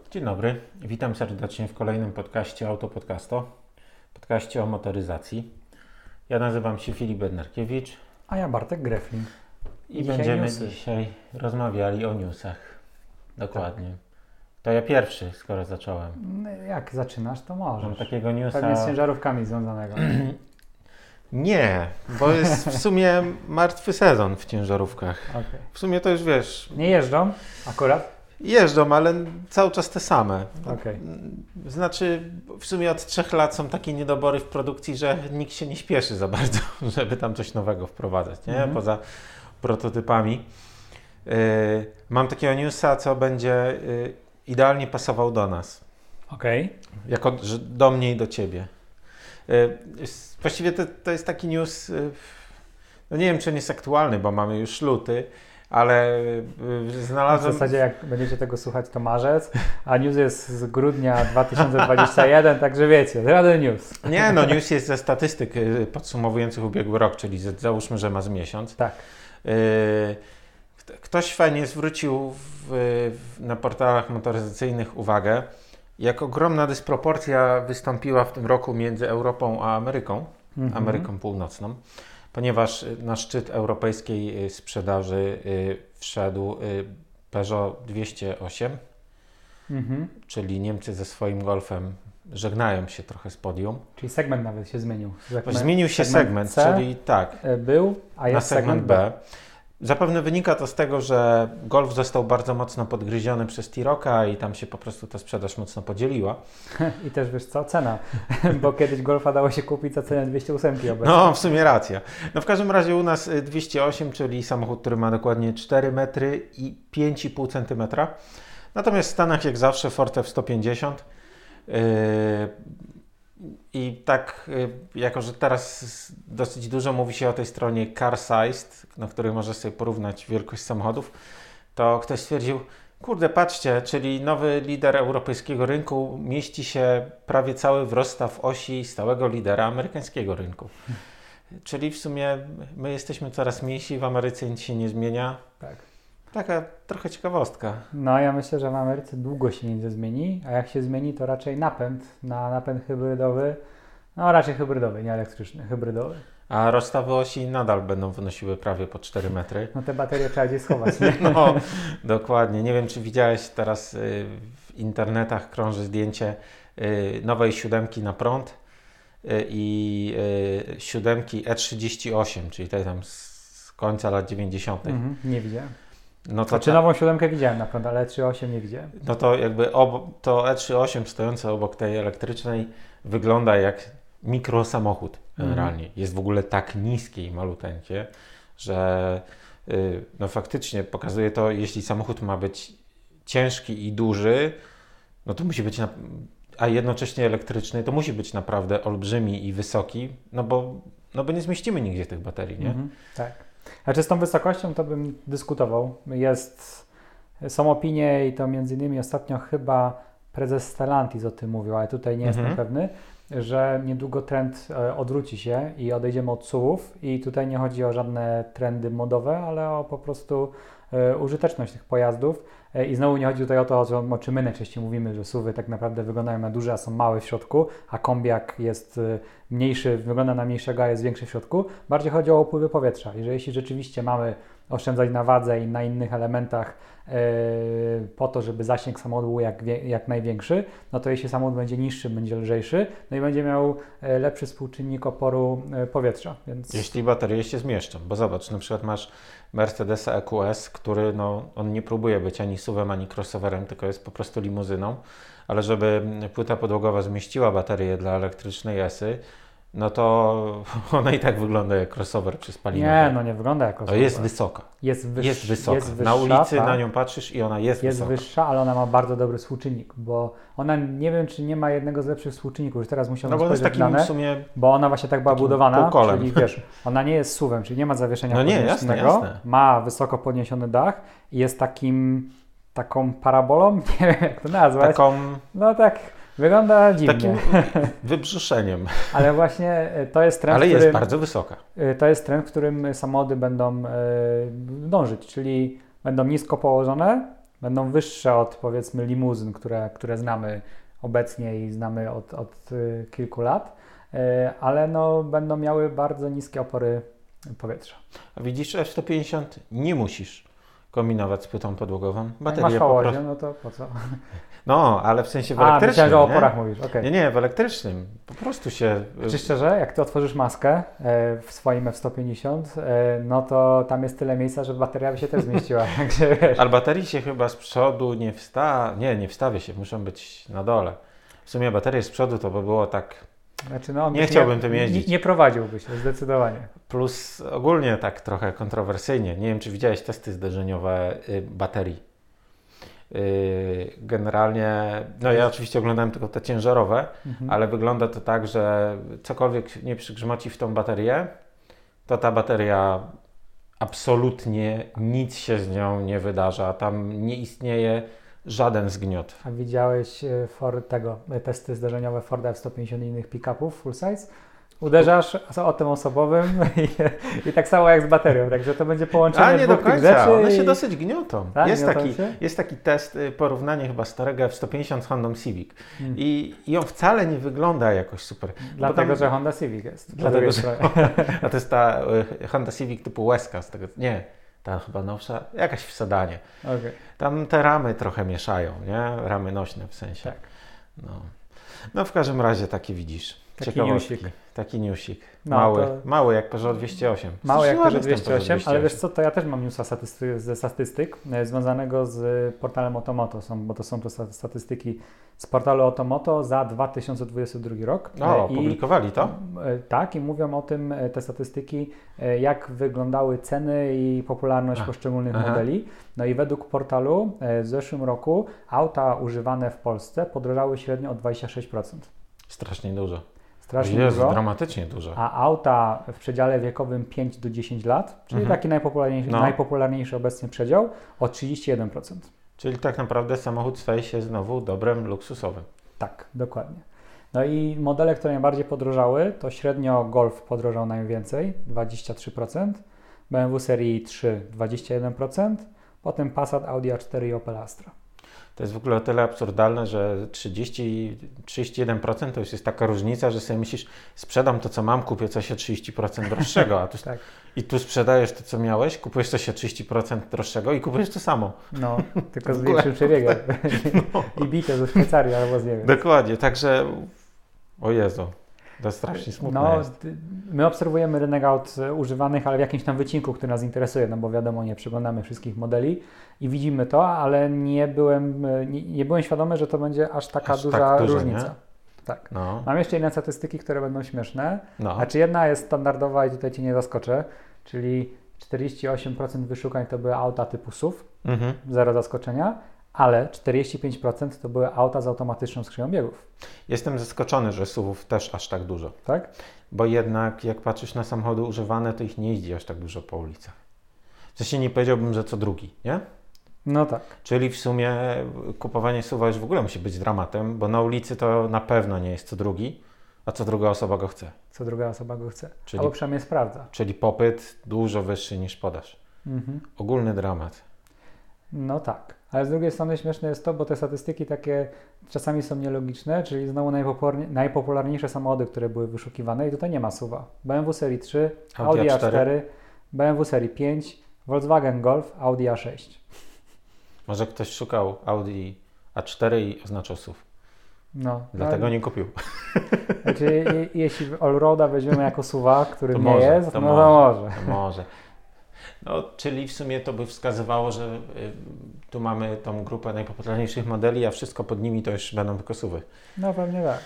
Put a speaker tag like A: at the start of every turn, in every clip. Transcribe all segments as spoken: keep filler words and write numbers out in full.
A: Dzień dobry, witam serdecznie w kolejnym podcaście Autopodcasto, podcaście o motoryzacji. Ja nazywam się Filip Bednarkiewicz.
B: A ja Bartek Grefling.
A: I, I będziemy newsy. dzisiaj rozmawiali o newsach. Dokładnie. Tak. To ja pierwszy, skoro zacząłem.
B: No, jak zaczynasz, to możesz.
A: Mam takiego newsa...
B: Pewnie z ciężarówkami związanego.
A: Nie, bo jest w sumie martwy sezon w ciężarówkach.
B: Okay.
A: W sumie to już wiesz...
B: Nie jeżdżą akurat?
A: Jeżdżą, ale cały czas te same.
B: Okay.
A: Znaczy, w sumie od trzech lat są takie niedobory w produkcji, że nikt się nie śpieszy za bardzo, żeby tam coś nowego wprowadzać, nie? Mm-hmm. Poza prototypami. Yy, mam takiego newsa, co będzie yy, idealnie pasował do nas.
B: Okej. Okay.
A: Jako że do mnie i do ciebie. Yy, właściwie to, to jest taki news, yy, no nie wiem, czy on jest aktualny, bo mamy już luty, ale znalazłem...
B: W zasadzie jak będziecie tego słuchać, to marzec, a news jest z grudnia dwa tysiące dwudziestego pierwszego, także wiecie, żaden news.
A: Nie, no news jest ze statystyk podsumowujących ubiegły rok, czyli załóżmy, że ma z miesiąc.
B: Tak.
A: Ktoś fajnie zwrócił w, w, na portalach motoryzacyjnych uwagę, jak ogromna dysproporcja wystąpiła w tym roku między Europą a Ameryką, mhm. Ameryką Północną. Ponieważ na szczyt europejskiej sprzedaży wszedł Peugeot dwieście osiem, mhm. czyli Niemcy ze swoim Golfem żegnają się trochę z podium.
B: Czyli segment nawet się zmienił.
A: Segment, zmienił się segment,
B: segment
A: czyli tak.
B: Był, a jest
A: na segment
B: B.
A: B. Zapewne wynika to z tego, że Golf został bardzo mocno podgryziony przez T-Rocka i tam się po prostu ta sprzedaż mocno podzieliła.
B: I też wiesz co, cena, bo kiedyś Golfa dało się kupić za cenę dwieście osiem obecnie.
A: No, w sumie racja. No w każdym razie u nas dwieście osiem, czyli samochód, który ma dokładnie cztery metry i pięć i pół centymetra. Natomiast w Stanach jak zawsze Ford F sto pięćdziesiąt. Yy, I tak, jako że teraz dosyć dużo mówi się o tej stronie car sized, na której możesz sobie porównać wielkość samochodów, to ktoś stwierdził, kurde, patrzcie, czyli nowy lider europejskiego rynku mieści się prawie cały w rozstaw osi stałego lidera amerykańskiego rynku. Hmm. Czyli w sumie my jesteśmy coraz mniejsi, w Ameryce nic się nie zmienia.
B: Tak.
A: Taka trochę ciekawostka.
B: No ja myślę, że w Ameryce długo się nic nie zmieni, a jak się zmieni, to raczej napęd na napęd hybrydowy, no raczej hybrydowy, nie elektryczny, hybrydowy.
A: A rozstawy osi nadal będą wynosiły prawie po cztery metry.
B: No te baterie trzeba gdzieś schować, nie?
A: No, dokładnie. Nie wiem, czy widziałeś teraz y, w internetach krąży zdjęcie y, nowej siódemki na prąd y, i y, siódemki E trzydzieści osiem, czyli tej tam z końca lat dziewięćdziesiątych.
B: Mhm, nie widziałem.
A: No to
B: znaczy
A: ta...
B: nową siódemkę widziałem na prąd, ale E trzydzieści osiem nie widziałem.
A: No to jakby ob... to E trzydzieści osiem stojące obok tej elektrycznej wygląda jak mikrosamochód generalnie. Mm. Jest w ogóle tak niskie i maluteńkie, że yy, no faktycznie pokazuje to, jeśli samochód ma być ciężki i duży, no to musi być, na... a jednocześnie elektryczny, to musi być naprawdę olbrzymi i wysoki, no bo, no bo nie zmieścimy nigdzie tych baterii, nie? Mm-hmm,
B: tak. Znaczy z tą wysokością to bym dyskutował. Jest, są opinie i to między innymi ostatnio chyba prezes Stellantis o tym mówił, ale tutaj nie jestem mm-hmm. pewny, że niedługo trend odwróci się i odejdziemy od suwów i tutaj nie chodzi o żadne trendy modowe, ale o po prostu e, użyteczność tych pojazdów e, i znowu nie chodzi tutaj o to, o czym my najczęściej mówimy, że suwy tak naprawdę wyglądają na duże, a są małe w środku, a kombiak jest mniejszy, wygląda na mniejszego, a jest większy w środku. Bardziej chodzi o upływy powietrza i że jeśli rzeczywiście mamy oszczędzać na wadze i na innych elementach yy, po to, żeby zasięg samochodu był jak, jak największy, no to jeśli samochód będzie niższy, będzie lżejszy, no i będzie miał yy, lepszy współczynnik oporu yy, powietrza. Więc...
A: Jeśli baterie się zmieszczą, bo zobacz, na przykład masz Mercedesa E Q S, który no, on nie próbuje być ani suwem, ani crossoverem, tylko jest po prostu limuzyną, ale żeby płyta podłogowa zmieściła baterię dla elektrycznej Esy, no to ona i tak wygląda jak crossover czy spalinowy.
B: Nie, no nie wygląda jak crossover.
A: To jest wysoka.
B: Jest, wyż,
A: jest wysoka.
B: Jest wyższa,
A: na ulicy
B: tak.
A: Na nią patrzysz i ona jest,
B: jest
A: wysoka.
B: Jest wyższa, ale ona ma bardzo dobry współczynnik, bo ona, nie wiem, czy nie ma jednego z lepszych współczynników, już teraz musiałbym
A: no bo
B: spojrzeć
A: takim
B: dane,
A: w sumie
B: bo ona właśnie tak była budowana,
A: półkolem.
B: Czyli wiesz, ona nie jest suwem, czyli nie ma zawieszenia
A: no nie,
B: podniesionego,
A: jasne, jasne.
B: Ma wysoko podniesiony dach i jest takim, taką parabolą, nie wiem jak to nazwać.
A: Taką...
B: No tak... Wygląda dziwnie.
A: Takim wybrzuszeniem.
B: Ale właśnie to jest trend,
A: Ale jest
B: którym,
A: bardzo wysoka.
B: To jest trend, w którym samochody będą e, dążyć, czyli będą nisko położone, Będą wyższe od powiedzmy limuzyn, które, które znamy obecnie i znamy od, od y, kilku lat, y, ale no, będą miały bardzo niskie opory powietrza.
A: A widzisz, F sto pięćdziesiąt nie musisz kombinować z płytą podłogową.
B: Jak masz fałozie, no to po co?
A: No, ale w sensie w
B: A,
A: elektrycznym.
B: myślałem, że o
A: nie?
B: oporach mówisz, okej.
A: Nie, nie, w elektrycznym. Po prostu się...
B: Czy szczerze, jak ty otworzysz maskę e, w swoim F sto pięćdziesiąt, e, no to tam jest tyle miejsca, że bateria by się też zmieściła. Także, wiesz.
A: Ale baterii się chyba z przodu nie wsta... Nie, nie wstawi się, muszą być na dole. W sumie baterie z przodu to by było tak...
B: Znaczy, no,
A: Nie chciałbym tym jeździć.
B: Nie, nie prowadziłby się, zdecydowanie.
A: Plus ogólnie tak trochę kontrowersyjnie. Nie wiem, czy widziałeś testy zderzeniowe y, baterii. Y, generalnie, no ja oczywiście oglądałem tylko te ciężarowe, mhm. ale wygląda to tak, że cokolwiek nie przygrzmoci w tą baterię, to ta bateria absolutnie nic się z nią nie wydarza. Tam nie istnieje żaden zgniot.
B: A widziałeś Ford, tego, testy zderzeniowe Forda F sto pięćdziesiąt i innych pick-upów full size? Uderzasz autem osobowym i, i tak samo jak z baterią, także to będzie połączenie
A: A nie
B: dwóch
A: do końca,
B: tych rzeczy.
A: One
B: i...
A: się dosyć gniotą.
B: Tak,
A: jest,
B: gniotą
A: taki,
B: się?
A: jest taki test, porównanie chyba starego F sto pięćdziesiąt z Hondą Civic
B: Hmm.
A: I, i on wcale nie wygląda jakoś super.
B: Dlatego,
A: tam,
B: że Honda Civic jest.
A: Dlatego, że, a to jest ta y, Honda Civic typu Łezka, z tego, nie, ta chyba nowsza, jakaś w sedanie.
B: Okay.
A: Tam te ramy trochę mieszają, nie? Ramy nośne w sensie.
B: Tak.
A: No. no w każdym razie taki widzisz.
B: Taki newsik.
A: Taki newsik.
B: No,
A: mały,
B: to...
A: mały jak Peugeot dwieście osiem.
B: Mały jak Peugeot
A: dwieście
B: dwieście osiem, ale wiesz co, to ja też mam newsa statystyk, ze statystyk e, związanego z portalem Otomoto, są, bo to są to statystyki z portalu Otomoto za dwa tysiące dwudziesty drugi rok.
A: O,
B: I,
A: publikowali to?
B: E, tak, i mówią o tym e, te statystyki, e, jak wyglądały ceny i popularność
A: A,
B: poszczególnych
A: aha.
B: modeli. No i według portalu e, w zeszłym roku auta używane w Polsce podrożały średnio o dwadzieścia sześć procent.
A: Strasznie dużo.
B: Strasznie
A: Jezu,
B: dużo.
A: dramatycznie dużo.
B: A auta w przedziale wiekowym pięć do dziesięciu lat, czyli
A: Mhm.
B: taki najpopularniejszy,
A: No.
B: najpopularniejszy obecnie przedział, o trzydzieści jeden procent.
A: Czyli tak naprawdę samochód staje się znowu dobrem luksusowym.
B: Tak, dokładnie. No i modele, które najbardziej podrożały, to średnio Golf podrożał najwięcej, dwadzieścia trzy procent, B M W serii trzy dwadzieścia jeden procent, potem Passat, Audi A cztery i Opel Astra.
A: To jest w ogóle o tyle absurdalne, że trzydzieści, trzydzieści jeden procent to już jest taka różnica, że sobie myślisz, sprzedam to, co mam, kupię coś o trzydzieści procent droższego, a tu,
B: Tak.
A: i tu sprzedajesz to, co miałeś, kupujesz coś o trzydzieści procent droższego i kupujesz to samo.
B: No, tylko z
A: W ogóle-
B: większym przebiegiem.
A: No.
B: I bite ze Szwajcarii albo z Niemiec.
A: Dokładnie, także o Jezu, to strasznie smutne
B: No,
A: jest.
B: d- my obserwujemy rynek aut e, używanych, ale w jakimś tam wycinku, który nas interesuje, no bo wiadomo, nie przeglądamy wszystkich modeli i widzimy to, ale nie byłem, e, nie, nie byłem świadomy, że to będzie aż taka
A: Aż
B: duża
A: tak dużo,
B: różnica.
A: nie?
B: Tak.
A: No,
B: Mam jeszcze inne statystyki, które będą śmieszne.
A: no.
B: Znaczy jedna jest standardowa i tutaj Cię nie zaskoczę, czyli czterdzieści osiem procent wyszukań to były auta typu S U V,
A: Mhm.
B: zero zaskoczenia, ale czterdzieści pięć procent to były auta z automatyczną skrzynią biegów.
A: Jestem zaskoczony, że S U V-ów też aż tak dużo,
B: Tak?
A: bo jednak jak patrzysz na samochody używane, to ich nie jeździ aż tak dużo po ulicach. W sensie nie powiedziałbym, że co drugi, nie?
B: No tak.
A: Czyli w sumie kupowanie S U V-a już w ogóle musi być dramatem, bo na ulicy to na pewno nie jest co drugi, a co druga osoba go chce.
B: Co druga osoba go chce.
A: Czyli-
B: Albo przynajmniej sprawdza.
A: Czyli popyt dużo wyższy niż podaż.
B: Mhm.
A: Ogólny dramat.
B: No tak, ale z drugiej strony śmieszne jest to, bo te statystyki takie czasami są nielogiczne, czyli znowu najpopularni- najpopularniejsze samochody, które były wyszukiwane i tutaj nie ma S U V-a. B M W serii trzy,
A: Audi
B: Audi
A: A
B: A
A: cztery.
B: cztery, B M W serii pięć, Volkswagen Golf, Audi A sześć.
A: Może ktoś szukał Audi A cztery i oznaczał S U V.
B: No,
A: Dlatego
B: ale,
A: nie kupił.
B: znaczy, je, jeśli Allroada weźmiemy jako S U V-a, który
A: To
B: nie
A: może,
B: jest,
A: to
B: no to
A: może.
B: może.
A: To może. No, czyli w sumie to by wskazywało, że y, tu mamy tą grupę najpopularniejszych modeli, a wszystko pod nimi to już będą tylko S U V-y.
B: No pewnie tak.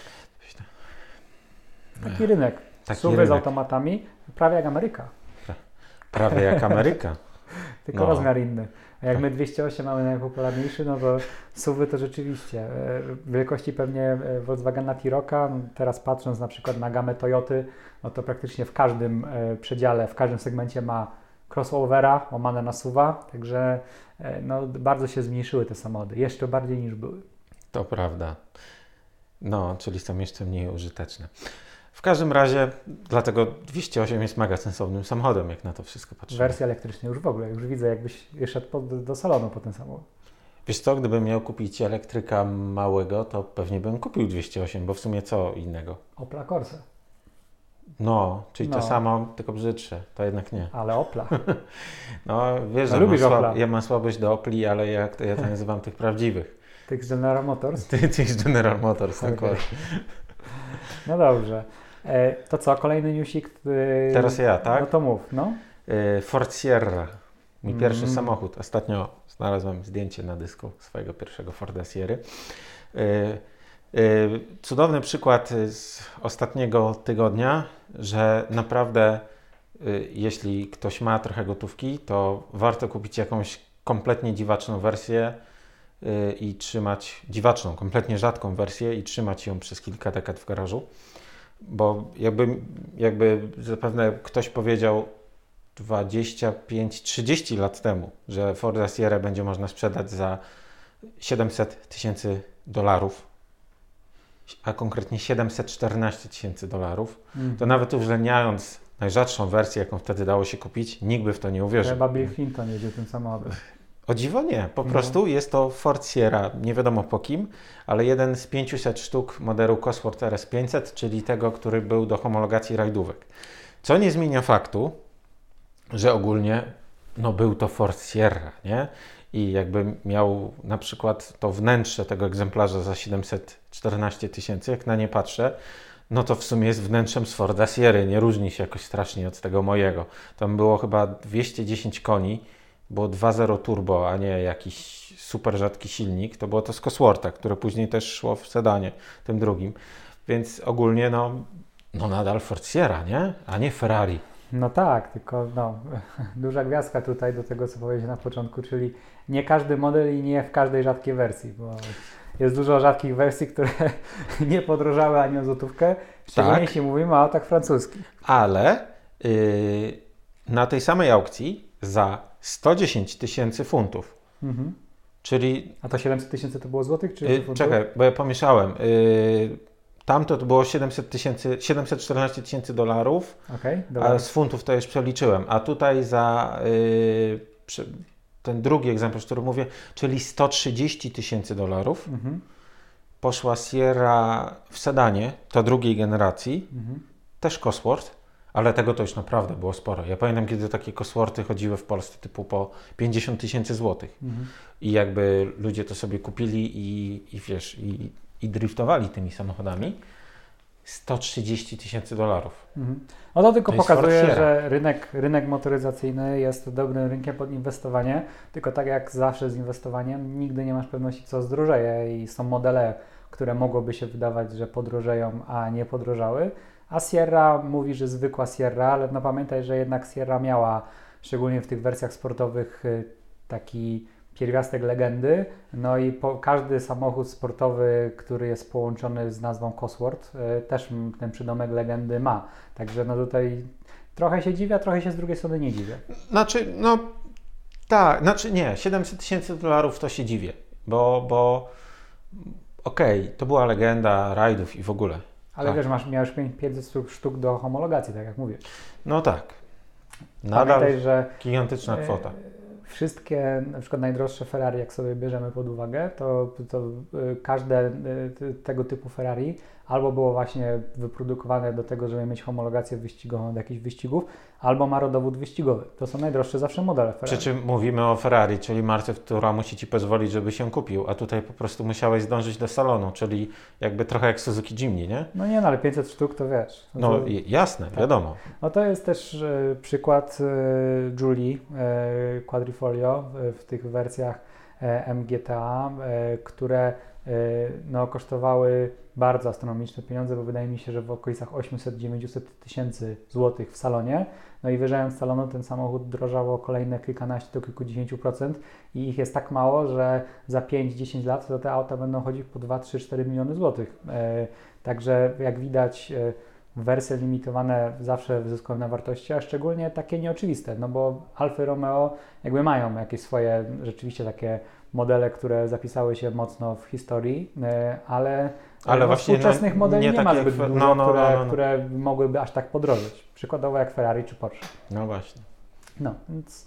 B: Taki rynek.
A: Taki
B: S U V-y z
A: rynek.
B: automatami, prawie jak Ameryka.
A: Prawie jak Ameryka.
B: Tylko
A: No.
B: rozmiar inny. A jak my dwieście osiem mamy najpopularniejszy, no to S U V-y to rzeczywiście e, wielkości pewnie e, Volkswagena T-Rocka, no teraz patrząc na przykład na gamę Toyoty, no to praktycznie w każdym e, przedziale, w każdym segmencie ma crossovera łamane na S U V-a, także e, no, bardzo się zmniejszyły te samochody, jeszcze bardziej niż były.
A: To prawda. No, czyli są jeszcze mniej użyteczne. W każdym razie, dlatego dwieście osiem jest mega sensownym samochodem, jak na to wszystko patrzymy.
B: Wersja elektryczna już w ogóle, już widzę jakbyś szedł pod, do salonu po ten samochód.
A: Wiesz co, gdybym miał kupić elektryka małego, to pewnie bym kupił dwieście osiem, bo w sumie co innego?
B: Opla Corsa.
A: No, czyli
B: No.
A: to samo, tylko brzydsze. To jednak nie.
B: Ale Opla.
A: No wiesz,
B: No,
A: że
B: lubisz
A: mam słab-
B: Opla.
A: ja mam słabość do Opli, ale jak to, ja to nazywam tych prawdziwych.
B: Tych z General Motors.
A: Ty, ty z General Motors,
B: Okej.
A: dokładnie.
B: No dobrze. E, to co, kolejny newsik? E,
A: Teraz ja, tak?
B: No to mów, no.
A: Y, Ford Sierra. Mój pierwszy
B: Mm.
A: samochód. Ostatnio znalazłem zdjęcie na dysku swojego pierwszego Forda Sierry. Y, y, cudowny przykład z ostatniego tygodnia, że naprawdę y, jeśli ktoś ma trochę gotówki, to warto kupić jakąś kompletnie dziwaczną wersję y, i trzymać, dziwaczną, kompletnie rzadką wersję i trzymać ją przez kilka dekad w garażu. Bo jakby, jakby zapewne ktoś powiedział dwadzieścia pięć trzydzieści lat temu, że Forda Sierra będzie można sprzedać za siedemset tysięcy dolarów, a konkretnie siedemset czternaście tysięcy dolarów,
B: Mm.
A: to nawet uwzględniając najrzadszą wersję, jaką wtedy dało się kupić, nikt by w to nie uwierzył.
B: Chyba Bill Clinton jedzie tym samochodem.
A: O dziwo nie, po
B: No.
A: prostu jest to Ford Sierra, nie wiadomo po kim, ale jeden z pięciuset sztuk modelu Cosworth R S pięćset, czyli tego, który był do homologacji rajdówek. Co nie zmienia faktu, że ogólnie no, był to Ford Sierra, nie? I jakby miał na przykład to wnętrze tego egzemplarza za siedemset czternaście tysięcy, jak na nie patrzę, no to w sumie jest wnętrzem z Forda Sierry, nie różni się jakoś strasznie od tego mojego. Tam było chyba dwieście dziesięć koni, było dwa zero turbo, a nie jakiś super rzadki silnik. To było to z Coswortha, które później też szło w sedanie, tym drugim. Więc ogólnie no, no nadal Ford Sierra, nie? A nie Ferrari.
B: No tak, tylko no, duża gwiazdka tutaj do tego, co powiedziałeś na początku, czyli nie każdy model i nie w każdej rzadkiej wersji, bo jest dużo rzadkich wersji, które nie podrożały ani o złotówkę, szczególnie
A: Tak.
B: jeśli mówimy o autach francuskich.
A: Ale yy, na tej samej aukcji za sto dziesięć tysięcy funtów,
B: Mhm.
A: czyli
B: A to siedemset tysięcy to było złotych, czy
A: Yy,
B: funtów?
A: czekaj, bo ja pomieszałem. Yy, tamto to było siedemset tysięcy, siedemset czternaście tysięcy dolarów,
B: Okej, dobra.
A: a z funtów to już przeliczyłem. A tutaj za yy, przy, ten drugi egzemplarz, który mówię, czyli sto trzydzieści tysięcy dolarów,
B: Mhm.
A: poszła Sierra w sedanie, to drugiej generacji,
B: Mhm.
A: też Cosworth, ale tego to już naprawdę było sporo. Ja pamiętam, kiedy takie Cosworthy chodziły w Polsce typu po pięćdziesiąt tysięcy złotych.
B: Mhm.
A: I jakby ludzie to sobie kupili i, i wiesz, i, i driftowali tymi samochodami. sto trzydzieści tysięcy dolarów.
B: Mhm. No to tylko
A: To jest
B: pokazuje,
A: Ford Sierra.
B: że rynek, rynek motoryzacyjny jest dobrym rynkiem pod inwestowanie, tylko tak jak zawsze z inwestowaniem, nigdy nie masz pewności, co zdrożeje i są modele, które mogłoby się wydawać, że podrożeją, a nie podrożały. A Sierra mówi, że zwykła Sierra, ale no pamiętaj, że jednak Sierra miała, szczególnie w tych wersjach sportowych, y, taki pierwiastek legendy. No i po, każdy samochód sportowy, który jest połączony z nazwą Cosworth, y, też m- ten przydomek legendy ma. Także no tutaj trochę się dziwię, a trochę się z drugiej strony nie dziwię.
A: Znaczy, no tak, znaczy nie, siedemset tysięcy dolarów to się dziwię, bo, bo okej, to była legenda rajdów i w ogóle.
B: Ale
A: Tak.
B: wiesz, masz, miałeś pięćset sztuk- sztuk do homologacji, tak jak mówię.
A: No tak. Nadal
B: Pamiętaj, że
A: gigantyczna
B: e,
A: kwota.
B: wszystkie, na przykład najdroższe Ferrari, jak sobie bierzemy pod uwagę, to, to y, każde y, tego typu Ferrari albo było właśnie wyprodukowane do tego, żeby mieć homologację wyścigową do jakichś wyścigów, albo ma rodowód wyścigowy. To są najdroższe zawsze modele Ferrari.
A: Przy czym mówimy o Ferrari, czyli marce, która musi Ci pozwolić, żeby się kupił, a tutaj po prostu musiałeś zdążyć do salonu, czyli jakby trochę jak Suzuki Jimny, nie?
B: No nie, no ale pięćset sztuk to wiesz.
A: No
B: to,
A: i- jasne,
B: tak.
A: wiadomo.
B: No to jest też e, przykład e, Julie e, Quadrifoglio e, w tych wersjach e, M G T A, e, które e, no, kosztowały bardzo astronomiczne pieniądze, bo wydaje mi się, że w okolicach osiemset do dziewięciuset tysięcy złotych w salonie. No i wyjeżdżając z salonu ten samochód drożało kolejne kilkanaście do kilkudziesięciu procent i ich jest tak mało, że za pięć do dziesięciu lat to te auta będą chodzić po dwa, trzy, cztery miliony złotych. E, także jak widać e, wersje limitowane zawsze zyskują na wartości, a szczególnie takie nieoczywiste, no bo Alfa Romeo jakby mają jakieś swoje rzeczywiście takie modele, które zapisały się mocno w historii, e, ale,
A: Ale
B: no,
A: właśnie
B: współczesnych
A: no,
B: modeli
A: nie
B: nie,
A: takie
B: ma
A: jak
B: zbyt
A: Fe-
B: dużo,
A: no, no,
B: które,
A: no, no, no.
B: które mogłyby aż tak podrożyć. Przykładowo jak Ferrari czy Porsche.
A: No właśnie.
B: No, więc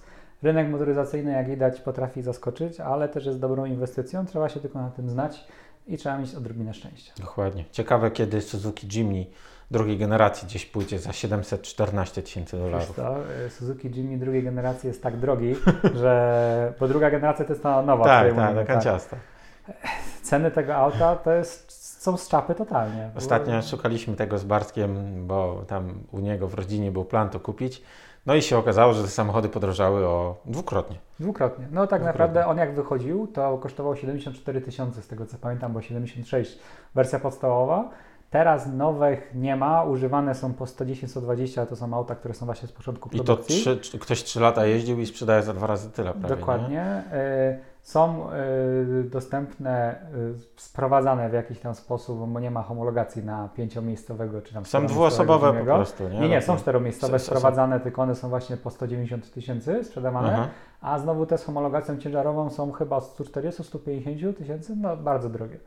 B: rynek motoryzacyjny, jak widać, potrafi zaskoczyć, ale też jest dobrą inwestycją. Trzeba się tylko na tym znać i trzeba mieć odrobinę szczęścia.
A: Dokładnie. Ciekawe, kiedy Suzuki Jimny drugiej generacji gdzieś pójdzie za siedemset czternaście tysięcy dolarów.
B: To, Suzuki Jimny drugiej generacji jest tak drogi, że bo druga generacja to jest ta nowa.
A: Tak, tak, taka ciasta.
B: Ceny tego auta to jest, są z czapy totalnie.
A: Ostatnio bo... szukaliśmy tego z Bartkiem, bo tam u niego w rodzinie był plan to kupić. No i się okazało, że te samochody podrożały o dwukrotnie.
B: Dwukrotnie. No tak dwukrotnie. Naprawdę on jak wychodził, to kosztował siedemdziesiąt cztery tysiące z tego co pamiętam, bo siedemdziesiąt sześć wersja podstawowa. Teraz nowych nie ma, używane są po sto dziesięć sto dwadzieścia, to są auta, które są właśnie z początku produkcji.
A: I to trzy, ktoś trzy lata jeździł i sprzedaje za dwa razy tyle prawie.
B: Dokładnie. Y, są y, dostępne, y, sprowadzane w jakiś tam sposób, bo nie ma homologacji na pięciomiejscowego czy tam
A: są dwuosobowe po prostu, nie?
B: Nie, nie, są czteromiejscowe sprowadzane, tylko one są właśnie po sto dziewięćdziesiąt tysięcy sprzedawane, Aha. a znowu te z homologacją ciężarową są chyba sto czterdzieści do stu pięćdziesięciu tysięcy, no bardzo drogie.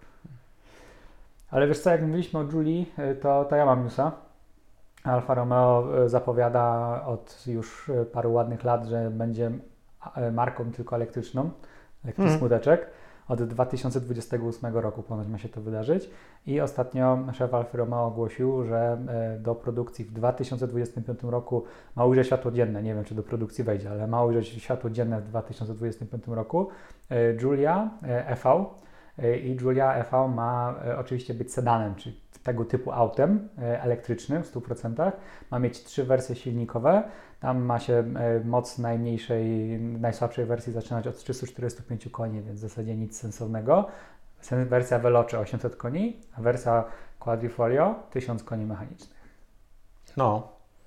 B: Ale wiesz co, jak mówiliśmy o Giulii, to, to ja mam newsa. Alfa Romeo zapowiada od już paru ładnych lat, że będzie marką tylko elektryczną, lekki hmm. smuteczek. Od dwa tysiące dwudziestego ósmego roku ponoć ma się to wydarzyć. I ostatnio szef Alfa Romeo ogłosił, że do produkcji w dwa tysiące dwudziestym piątym roku ma ujrzeć światło dzienne. Nie wiem, czy do produkcji wejdzie, ale ma ujrzeć światło dzienne w dwa tysiące dwudziestym piątym roku. Giulia E V. I Giulia E V ma e, oczywiście być sedanem, czyli tego typu autem e, elektrycznym w stu procentach. Ma mieć trzy wersje silnikowe. Tam ma się e, moc najmniejszej, najsłabszej wersji zaczynać od trzystu czterdziestu pięciu koni, więc w zasadzie nic sensownego. Wersja Veloce osiemset koni, a wersja Quadrifoglio tysiąc koni mechanicznych.
A: No.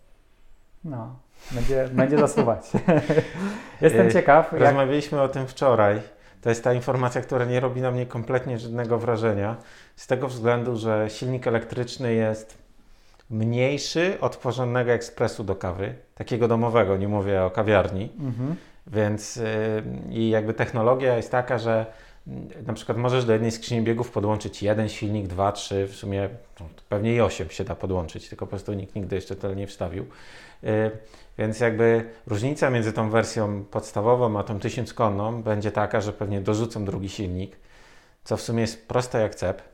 B: No, będzie, będzie zasuwać. Jestem ciekaw.
A: Rozmawialiśmy jak... o tym wczoraj. To jest ta informacja, która nie robi na mnie kompletnie żadnego wrażenia, z tego względu, że silnik elektryczny jest mniejszy od porządnego ekspresu do kawy, takiego domowego, nie mówię o kawiarni, mhm. więc yy, i jakby technologia jest taka, że yy, na przykład możesz do jednej skrzyni biegów podłączyć jeden silnik, dwa, trzy, w sumie no, pewnie i osiem się da podłączyć, tylko po prostu nikt nigdy jeszcze tyle nie wstawił. Yy, Więc jakby różnica między tą wersją podstawową a tą tysiąckonną będzie taka, że pewnie dorzucą drugi silnik, co w sumie jest proste jak cep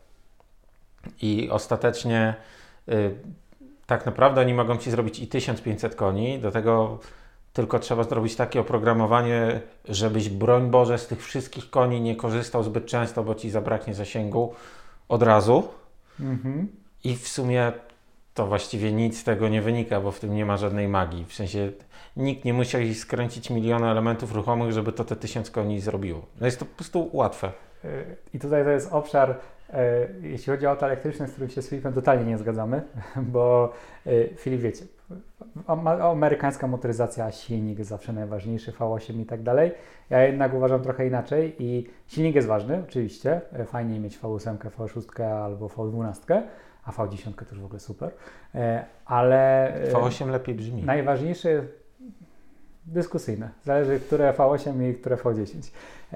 A: i ostatecznie y, tak naprawdę oni mogą Ci zrobić i tysiąc pięćset koni, do tego tylko trzeba zrobić takie oprogramowanie, żebyś broń Boże z tych wszystkich koni nie korzystał zbyt często, bo Ci zabraknie zasięgu od razu mhm. i w sumie to właściwie nic z tego nie wynika, bo w tym nie ma żadnej magii. W sensie nikt nie musiał skręcić miliona elementów ruchomych, żeby to te tysiąc koni zrobiło. No jest to po prostu łatwe.
B: I tutaj to jest obszar, jeśli chodzi o auto elektryczne, z którym się z Filipem totalnie nie zgadzamy, bo Filip, wiecie, amerykańska motoryzacja, silnik jest zawsze najważniejszy, V osiem i tak dalej. Ja jednak uważam trochę inaczej i silnik jest ważny, oczywiście. Fajnie mieć V osiem, V sześć albo V dwanaście. A V dziesięć też w ogóle super, ale
A: V osiem lepiej brzmi.
B: Najważniejsze jest dyskusyjne. Zależy, które V osiem i które V dziesięć.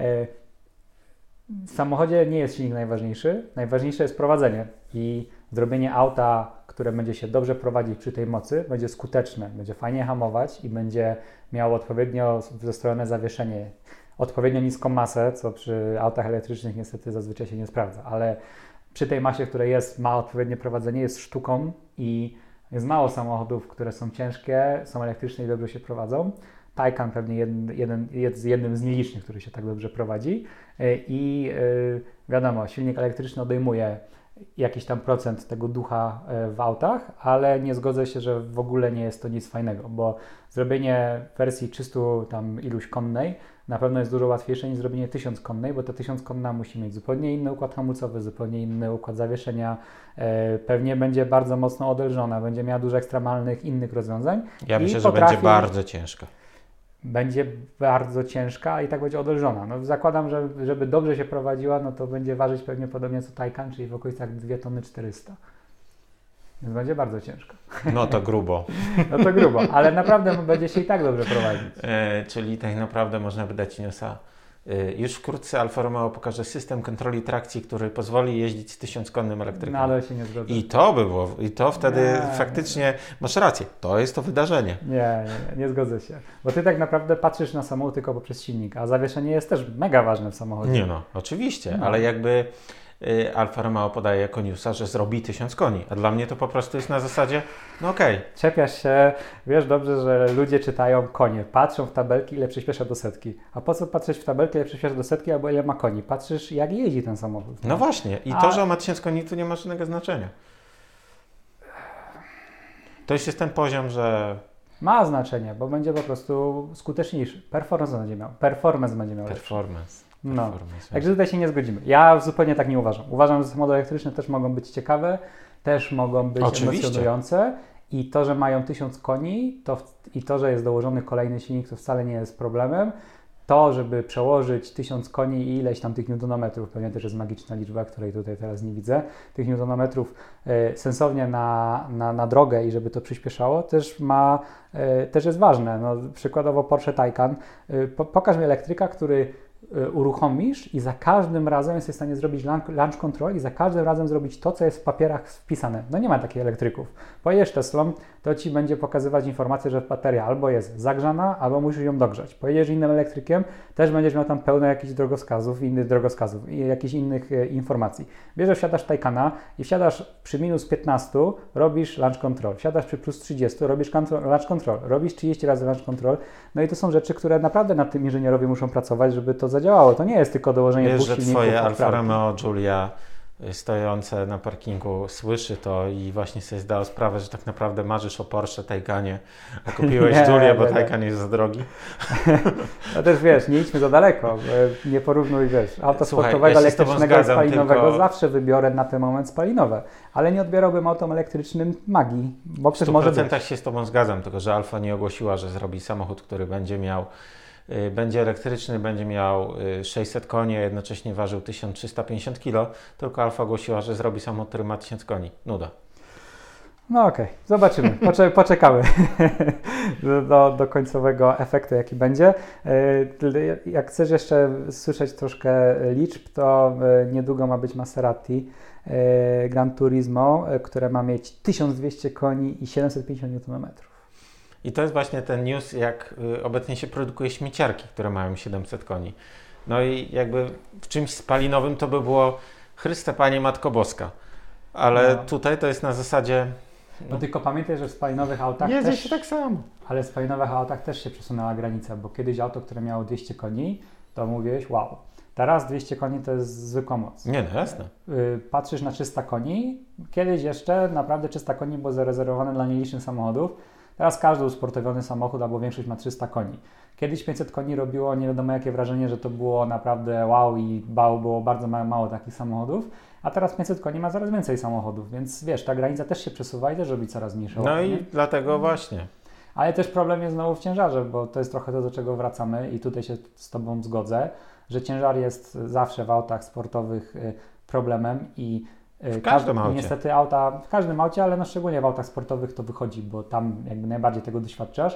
B: W samochodzie nie jest silnik najważniejszy. Najważniejsze jest prowadzenie i zrobienie auta, które będzie się dobrze prowadzić przy tej mocy, będzie skuteczne, będzie fajnie hamować i będzie miało odpowiednio zestrojone zawieszenie, odpowiednio niską masę, co przy autach elektrycznych niestety zazwyczaj się nie sprawdza, ale przy tej masie, której jest, ma odpowiednie prowadzenie, jest sztuką i jest mało samochodów, które są ciężkie, są elektryczne i dobrze się prowadzą. Taycan pewnie jeden, jeden, jest jednym z nielicznych, który się tak dobrze prowadzi i yy, wiadomo, silnik elektryczny odejmuje jakiś tam procent tego ducha w autach, ale nie zgodzę się, że w ogóle nie jest to nic fajnego, bo zrobienie wersji trzysta tam iluś konnej na pewno jest dużo łatwiejsze niż zrobienie tysiąc konnej, bo ta tysiąc konna musi mieć zupełnie inny układ hamulcowy, zupełnie inny układ zawieszenia, e, pewnie będzie bardzo mocno odelżona, będzie miała dużo ekstremalnych innych rozwiązań.
A: Ja myślę, że potrafi... będzie bardzo ciężka.
B: Będzie bardzo ciężka i tak będzie odelżona. No, zakładam, że żeby dobrze się prowadziła, no to będzie ważyć pewnie podobnie co Taycan, czyli w okolicach dwie tony czterysta. Więc będzie bardzo ciężko.
A: No to grubo.
B: No to grubo, ale naprawdę będzie się i tak dobrze prowadzić.
A: E, czyli tak naprawdę można by dać newsa Już wkrótce Alfa Romeo pokaże system kontroli trakcji, który pozwoli jeździć z tysiąckonnym elektrykiem.
B: No ale się nie zgodzę.
A: I to by było, i to wtedy
B: nie,
A: faktycznie,
B: nie.
A: masz rację, to jest to wydarzenie.
B: Nie, nie, nie zgodzę się. Bo ty tak naprawdę patrzysz na samochód tylko poprzez silnik, a zawieszenie jest też mega ważne w samochodzie.
A: Nie no, oczywiście,
B: no.
A: ale jakby y, Alfa Romeo podaje jako newsa, że zrobi tysiąc koni, a dla mnie to po prostu jest na zasadzie, no okej. Okay.
B: Czepiasz się, wiesz dobrze, że ludzie czytają konie, patrzą w tabelki, ile przyspiesza do setki. A po co patrzeć w tabelkę, ile przyspiesza do setki, albo ile ma koni? Patrzysz, jak jeździ ten samochód.
A: No, no właśnie, i
B: a...
A: to, że on ma tysiąc koni, to nie ma żadnego znaczenia. To już jest ten poziom, że...
B: Ma znaczenie, bo będzie po prostu skuteczniejszy. Performance będzie miał. Performance będzie miał
A: Performance.
B: No,
A: Performance,
B: także tutaj się nie zgodzimy. Ja zupełnie tak nie uważam. Uważam, że samochody elektryczne też mogą być ciekawe, też mogą być
A: Oczywiście.
B: emocjonujące i to, że mają tysiąc koni to w, i to, że jest dołożony kolejny silnik, to wcale nie jest problemem. To, żeby przełożyć tysiąc koni i ileś tam tych newtonometrów, pewnie też jest magiczna liczba, której tutaj teraz nie widzę, tych newtonometrów y, sensownie na, na, na drogę i żeby to przyspieszało, też ma, y, też jest ważne. No, przykładowo Porsche Taycan. Y, po, pokaż mi elektryka, który uruchomisz i za każdym razem jesteś w stanie zrobić launch control i za każdym razem zrobić to, co jest w papierach wpisane. No nie ma takich elektryków. Pojedziesz Teslą, to Ci będzie pokazywać informację, że bateria albo jest zagrzana, albo musisz ją dogrzać. Pojedziesz innym elektrykiem, też będziesz miał tam pełno jakichś drogowskazów, innych drogowskazów i jakichś innych e, informacji. Bierzesz, wsiadasz Taycana i wsiadasz przy minus piętnaście, robisz launch control. Wsiadasz przy plus trzydzieści, robisz control, launch control. Robisz trzydzieści razy launch control. No i to są rzeczy, które naprawdę nad tym inżynierowie muszą pracować, żeby to zadziałało. To nie jest tylko dołożenie
A: Wiesz,
B: dwóch
A: że
B: silników.
A: twoje Alfa Romeo Giulia stojące na parkingu słyszy to i właśnie sobie zdał sprawę, że tak naprawdę marzysz o Porsche Taycanie, a kupiłeś
B: nie,
A: Giulię, bo
B: nie,
A: Taycan
B: nie.
A: jest za drogi.
B: No też wiesz, nie idźmy za daleko, nie porównuj, wiesz, auto
A: Słuchaj,
B: sportowego,
A: ja się z tobą
B: elektrycznego i
A: zgadzam,
B: spalinowego
A: tylko...
B: zawsze wybiorę na ten moment spalinowe, ale nie odbierałbym autom elektrycznym magii, bo
A: W
B: przecież
A: stu
B: może być.
A: procentach się z tobą zgadzam, tylko że Alfa nie ogłosiła, że zrobi samochód, który będzie miał będzie elektryczny, będzie miał sześćset koni, a jednocześnie ważył tysiąc trzysta pięćdziesiąt kilo, tylko Alfa ogłosiła, że zrobi samochód, który ma tysiąc koni. Nuda.
B: No okej, okay. Zobaczymy, Pocze- poczekamy do, do końcowego efektu, jaki będzie. Jak chcesz jeszcze słyszeć troszkę liczb, to niedługo ma być Maserati Gran Turismo, które ma mieć tysiąc dwieście koni i siedemset pięćdziesiąt newtonometrów.
A: I to jest właśnie ten news, jak y, obecnie się produkuje śmieciarki, które mają siedemset koni. No i jakby w czymś spalinowym to by było Chryste Panie Matko Boska. Ale no. Tutaj to jest na zasadzie...
B: No, no tylko pamiętaj, że w spalinowych autach
A: jedzie
B: też...
A: się tak samo.
B: Ale w spalinowych autach też się przesunęła granica, bo kiedyś auto, które miało dwieście koni, to mówiłeś wow. Teraz dwieście koni to jest zwykła moc.
A: Nie, no jasne.
B: Patrzysz na trzysta koni, kiedyś jeszcze naprawdę trzysta koni było zarezerwowane dla nielicznych samochodów. Teraz każdy usportowiony samochód albo większość ma trzysta koni. Kiedyś pięćset koni robiło nie wiadomo jakie wrażenie, że to było naprawdę wow i bał, było bardzo mało, mało takich samochodów, a teraz pięćset koni ma coraz więcej samochodów, więc wiesz, ta granica też się przesuwa i też robi coraz mniejszą.
A: No
B: nie?
A: i dlatego właśnie.
B: Ale też problem jest znowu w ciężarze, bo to jest trochę to, do czego wracamy i tutaj się z Tobą zgodzę, że ciężar jest zawsze w autach sportowych problemem i
A: w każdym aucie.
B: Niestety auta, w każdym aucie, ale no szczególnie w autach sportowych to wychodzi, bo tam jakby najbardziej tego doświadczasz.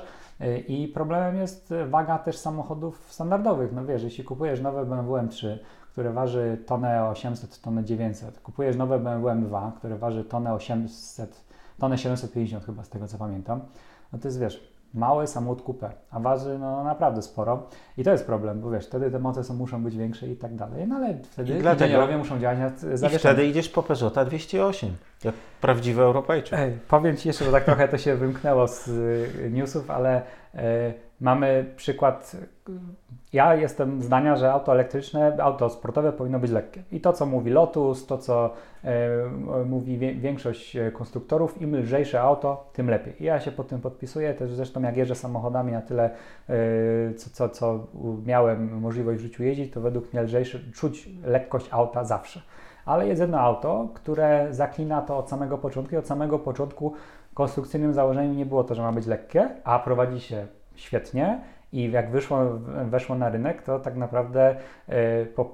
B: I problemem jest waga też samochodów standardowych. No wiesz, jeśli kupujesz nowe B M W M trzy, które waży tonę osiemset, tonę dziewięćset, kupujesz nowe B M W M dwa, które waży tonę osiemset, tonę siedemset pięćdziesiąt chyba z tego co pamiętam, no to jest wiesz, mały samochód coupé, a waży no naprawdę sporo i to jest problem, bo wiesz, wtedy te moce są, muszą być większe i tak dalej, no ale wtedy inżynierowie muszą działać nad zawieszeniem.
A: I wtedy idziesz po Peugeota dwieście osiem, jak prawdziwy Europejczyk.
B: Ej, powiem Ci jeszcze, bo tak trochę to się wymknęło z y, newsów, ale y, mamy przykład, y, ja jestem zdania, że auto elektryczne, auto sportowe powinno być lekkie i to co mówi Lotus, to co y, mówi wie, większość konstruktorów, im lżejsze auto, tym lepiej. I ja się pod tym podpisuję, też zresztą jak jeżdżę samochodami na tyle, y, co, co, co miałem możliwość w życiu jeździć, to według mnie lżejsze, czuć lekkość auta zawsze. Ale jest jedno auto, które zaklina to od samego początku i od samego początku konstrukcyjnym założeniem nie było to, że ma być lekkie, a prowadzi się świetnie i jak wyszło, weszło na rynek, to tak naprawdę y, po,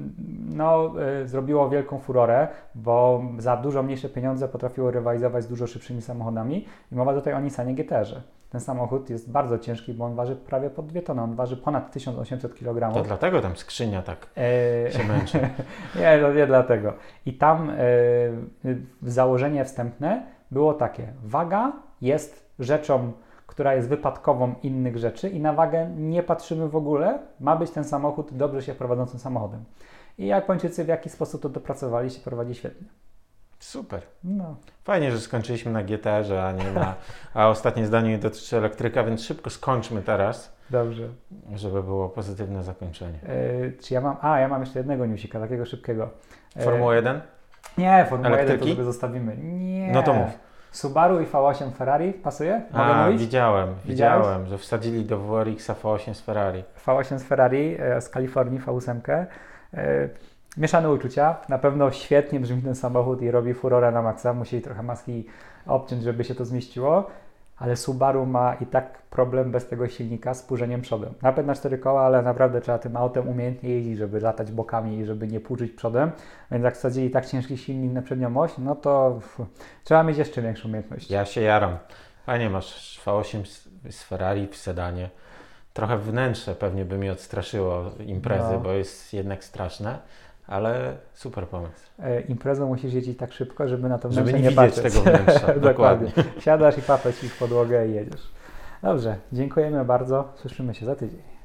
B: no, y, zrobiło wielką furorę, bo za dużo mniejsze pieniądze potrafiło rywalizować z dużo szybszymi samochodami i mowa tutaj o Nissanie G T R ze. ten samochód jest bardzo ciężki, bo on waży prawie pod dwie tony, on waży ponad tysiąc osiemset kilogramów.
A: To dlatego tam skrzynia tak
B: e...
A: się męczy.
B: nie, to nie dlatego. I tam e... założenie wstępne było takie, waga jest rzeczą, która jest wypadkową innych rzeczy i na wagę nie patrzymy w ogóle, ma być ten samochód dobrze się prowadzącym samochodem. I Japończycy w jaki sposób to dopracowali, się prowadzi świetnie.
A: Super.
B: No.
A: Fajnie, że skończyliśmy na G T R-ze, a nie na... A ostatnie zdanie nie dotyczy elektryka, więc szybko skończmy teraz.
B: Dobrze.
A: Żeby było pozytywne zakończenie.
B: Yy, czy ja mam... A, ja mam jeszcze jednego newsika, takiego szybkiego. Yy,
A: Formuła jeden?
B: Nie, Formuła jeden to
A: Elektryki?
B: sobie zostawimy. Nie.
A: No to mów.
B: Subaru i V osiem Ferrari, pasuje? Mogę
A: A,
B: mówić?
A: widziałem,
B: Widziałeś?
A: widziałem, że wsadzili do W R X-a V osiem z Ferrari.
B: V osiem z Ferrari, e, z Kalifornii, V osiem. E, mieszane uczucia. Na pewno świetnie brzmi ten samochód i robi furorę na maksa. Musieli trochę maski obciąć, żeby się to zmieściło. Ale Subaru ma i tak problem bez tego silnika z purzeniem przodem. Napęd na cztery koła, ale naprawdę trzeba tym autem umiejętnie jeździć, żeby latać bokami i żeby nie płuczyć przodem. Więc jak wsadzili tak ciężki silnik na przednią oś, no to ff, trzeba mieć jeszcze większą umiejętność.
A: Ja się jaram. A nie masz V osiem z, z Ferrari w sedanie. Trochę wnętrze pewnie by mi odstraszyło imprezy,
B: No.
A: bo jest jednak straszne, ale super pomysł.
B: E, imprezą musisz jeździć tak szybko, żeby na to
A: Żeby
B: wnętrze
A: nie,
B: nie
A: widzieć
B: patrzeć.
A: tego wnętrza. Dokładnie.
B: Siadasz i papać ich w podłogę i jedziesz. Dobrze, dziękujemy bardzo. Słyszymy się za tydzień.